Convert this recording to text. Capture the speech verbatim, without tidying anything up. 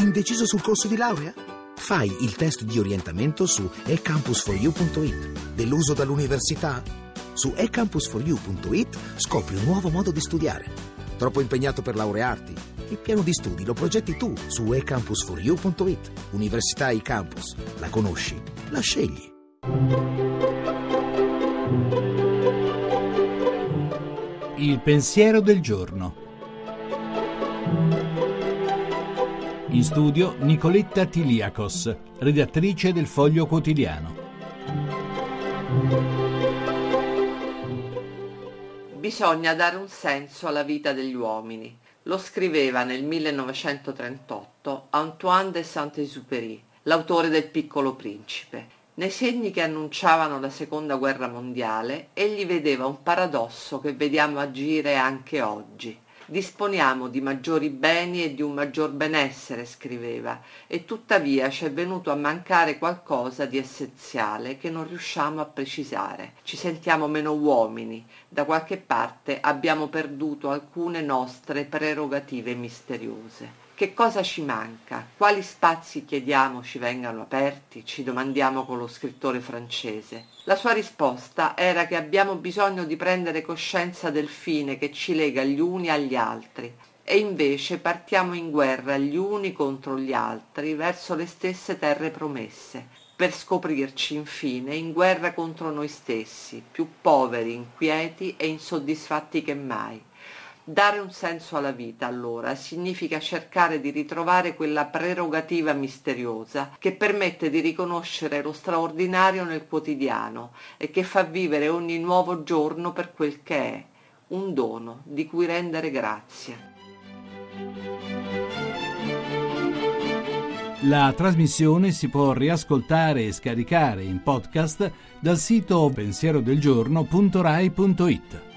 Indeciso sul corso di laurea? Fai il test di orientamento su e campus for you punto it. Deluso dall'università? Su e campus for you punto it scopri un nuovo modo di studiare. Troppo impegnato per laurearti? Il piano di studi lo progetti tu su e campus for you punto it. Università eCampus. La conosci? La scegli. Il pensiero del giorno. In studio Nicoletta Tiliakos, redattrice del Foglio Quotidiano. Bisogna dare un senso alla vita degli uomini. Lo scriveva nel millenovecentotrentotto Antoine de Saint-Exupéry, l'autore del Piccolo Principe. Nei segni che annunciavano la Seconda Guerra Mondiale, egli vedeva un paradosso che vediamo agire anche oggi. Disponiamo di maggiori beni e di un maggior benessere, scriveva, e tuttavia ci è venuto a mancare qualcosa di essenziale che non riusciamo a precisare. Ci sentiamo meno uomini, da qualche parte abbiamo perduto alcune nostre prerogative misteriose. Che cosa ci manca? Quali spazi chiediamo ci vengano aperti? Ci domandiamo con lo scrittore francese. La sua risposta era che abbiamo bisogno di prendere coscienza del fine che ci lega gli uni agli altri e invece partiamo in guerra gli uni contro gli altri verso le stesse terre promesse, per scoprirci infine in guerra contro noi stessi, più poveri, inquieti e insoddisfatti che mai. Dare un senso alla vita, allora, significa cercare di ritrovare quella prerogativa misteriosa che permette di riconoscere lo straordinario nel quotidiano e che fa vivere ogni nuovo giorno per quel che è, un dono di cui rendere grazie. La trasmissione si può riascoltare e scaricare in podcast dal sito pensierodelgiorno punto rai punto it.